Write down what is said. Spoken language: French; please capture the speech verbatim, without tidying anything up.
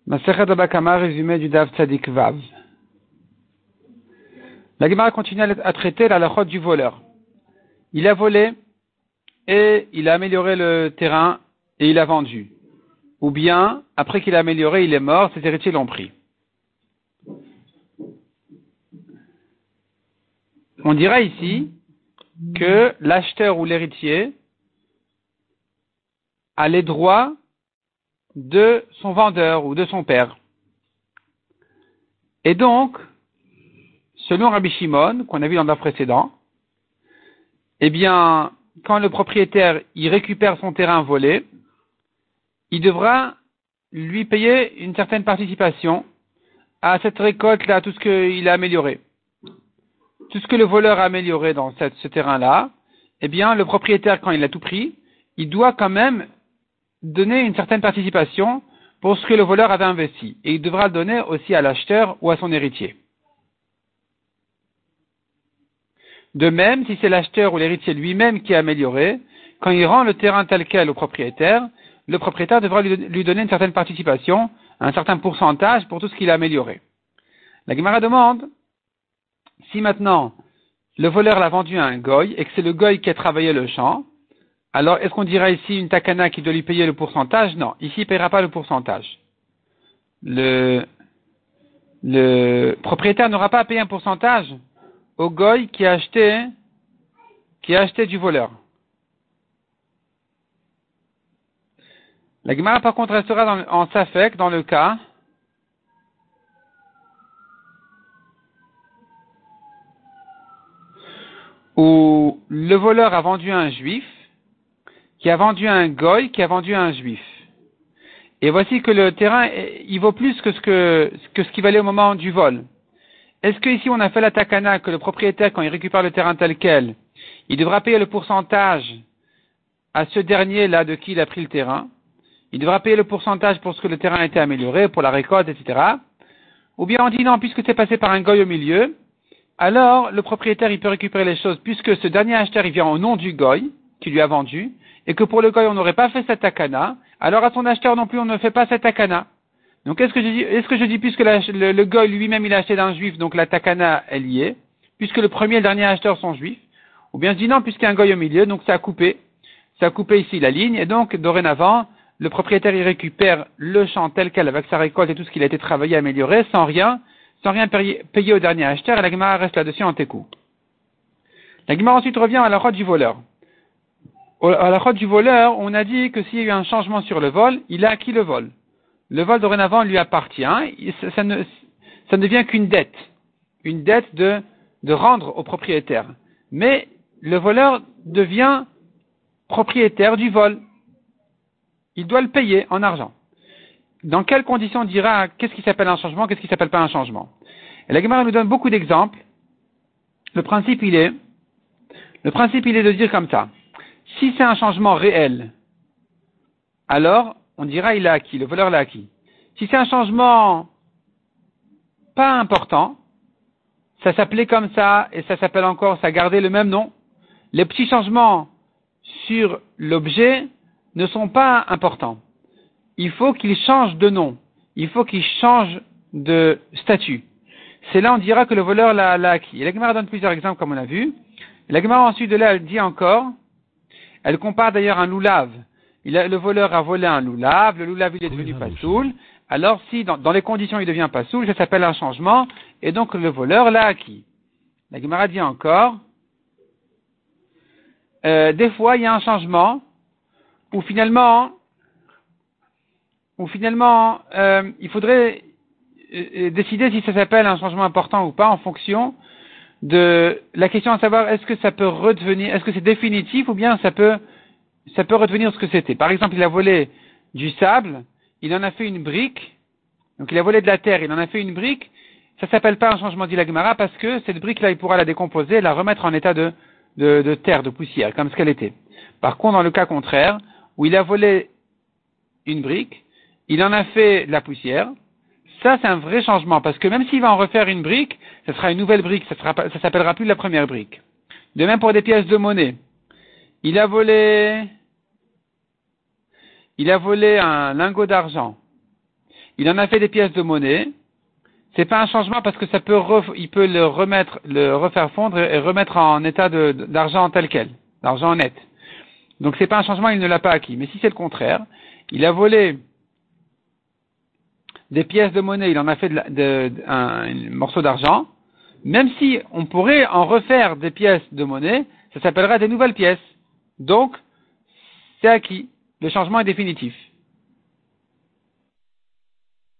Masechet Baba Kama, résumé du Daf Tzadik Vav. La Gemara continue à traiter la halachot du voleur. Il a volé et il a amélioré le terrain et il a vendu. Ou bien, après qu'il a amélioré, il est mort, ses héritiers l'ont pris. On dira ici que l'acheteur ou l'héritier a les droits de son vendeur ou de son père. Et donc, selon Rabbi Shimon, qu'on a vu dans le précédent, eh bien, quand le propriétaire il récupère son terrain volé, il devra lui payer une certaine participation à cette récolte-là, à tout ce qu'il a amélioré. Tout ce que le voleur a amélioré dans cette, ce terrain-là, eh bien, le propriétaire, quand il a tout pris, il doit quand même donner une certaine participation pour ce que le voleur avait investi. Et il devra le donner aussi à l'acheteur ou à son héritier. De même, si c'est l'acheteur ou l'héritier lui-même qui a amélioré, quand il rend le terrain tel quel au propriétaire, le propriétaire devra lui donner une certaine participation, un certain pourcentage pour tout ce qu'il a amélioré. La Gemara demande, si maintenant le voleur l'a vendu à un goy et que c'est le goy qui a travaillé le champ, alors est-ce qu'on dira ici une takana qui doit lui payer le pourcentage? Non, ici il ne paiera pas le pourcentage. Le, le propriétaire n'aura pas à payer un pourcentage au goy qui a acheté, qui a acheté du voleur. La Gemara par contre restera dans, en safek dans le cas où le voleur a vendu à un juif, qui a vendu à un goy, qui a vendu à un juif. Et voici que le terrain, il vaut plus que ce que, que ce qui valait au moment du vol. Est-ce que ici on a fait la takana que le propriétaire, quand il récupère le terrain tel quel, il devra payer le pourcentage à ce dernier-là de qui il a pris le terrain? Il devra payer le pourcentage pour ce que le terrain a été amélioré, pour la récolte, et cetera. Ou bien on dit non, puisque c'est passé par un goy au milieu, alors le propriétaire il peut récupérer les choses, puisque ce dernier acheteur il vient au nom du goy qui lui a vendu, et que pour le goy on n'aurait pas fait cette takana, alors à son acheteur non plus on ne fait pas cette takana. Donc est-ce que je dis, est-ce que je dis puisque la, le, le goy lui-même il a acheté d'un juif, donc la takana elle y est, puisque le premier et le dernier acheteur sont juifs, ou bien je dis non, puisqu'il y a un goy au milieu, donc ça a coupé, ça a coupé ici la ligne, et donc dorénavant, le propriétaire il récupère le champ tel quel avec sa récolte et tout ce qu'il a été travaillé, amélioré, sans rien, sans rien payer, payer au dernier acheteur, et la Gemara reste là-dessus en tékou. La Gemara ensuite revient à la route du voleur. À la route du voleur, on a dit que s'il y a eu un changement sur le vol, il a acquis le vol. Le vol dorénavant lui appartient, ça, ça, ne, ça ne devient qu'une dette, une dette de, de rendre au propriétaire. Mais le voleur devient propriétaire du vol. Il doit le payer en argent. Dans quelles conditions on dira qu'est-ce qui s'appelle un changement, qu'est-ce qui s'appelle pas un changement? Et la Gemara nous donne beaucoup d'exemples. Le principe il est, le principe il est de dire comme ça. Si c'est un changement réel, alors on dira il a acquis, le voleur l'a acquis. Si c'est un changement pas important, ça s'appelait comme ça et ça s'appelle encore, ça gardait le même nom. Les petits changements sur l'objet ne sont pas importants. Il faut qu'il change de nom. Il faut qu'il change de statut. C'est là on dira que le voleur l'a, l'a acquis. Et la Gemara donne plusieurs exemples comme on a vu. Et la Gemara ensuite de là elle dit encore, elle compare d'ailleurs un loulav. Il a, le voleur a volé un loulav, le loulav il est devenu pasoul. Alors si dans, dans les conditions il devient pasoul, ça s'appelle un changement, et donc le voleur l'a acquis. La Gemara dit encore, euh, des fois il y a un changement, où finalement, où finalement euh, il faudrait euh, décider si ça s'appelle un changement important ou pas en fonction de la question à savoir est-ce que ça peut redevenir, est-ce que c'est définitif ou bien ça peut ça peut redevenir ce que c'était. Par exemple, il a volé du sable, il en a fait une brique, donc il a volé de la terre, il en a fait une brique, ça s'appelle pas un changement dit la Gemara parce que cette brique-là, il pourra la décomposer et la remettre en état de, de, de terre, de poussière, comme ce qu'elle était. Par contre, dans le cas contraire, où il a volé une brique, il en a fait de la poussière, ça c'est un vrai changement, parce que même s'il va en refaire une brique, ça sera une nouvelle brique, ça sera, ça s'appellera plus la première brique. De même pour des pièces de monnaie. Il a volé, il a volé un lingot d'argent. il en a fait des pièces de monnaie. C'est pas un changement parce que ça peut, ref, il peut le remettre, le refaire fondre et remettre en état de, d'argent tel quel, d'argent net. Donc c'est pas un changement, il ne l'a pas acquis. Mais si c'est le contraire, il a volé des pièces de monnaie, il en a fait de, la, de, de un, un morceau d'argent. Même si on pourrait en refaire des pièces de monnaie, ça s'appellera des nouvelles pièces. Donc, c'est acquis. Le changement est définitif.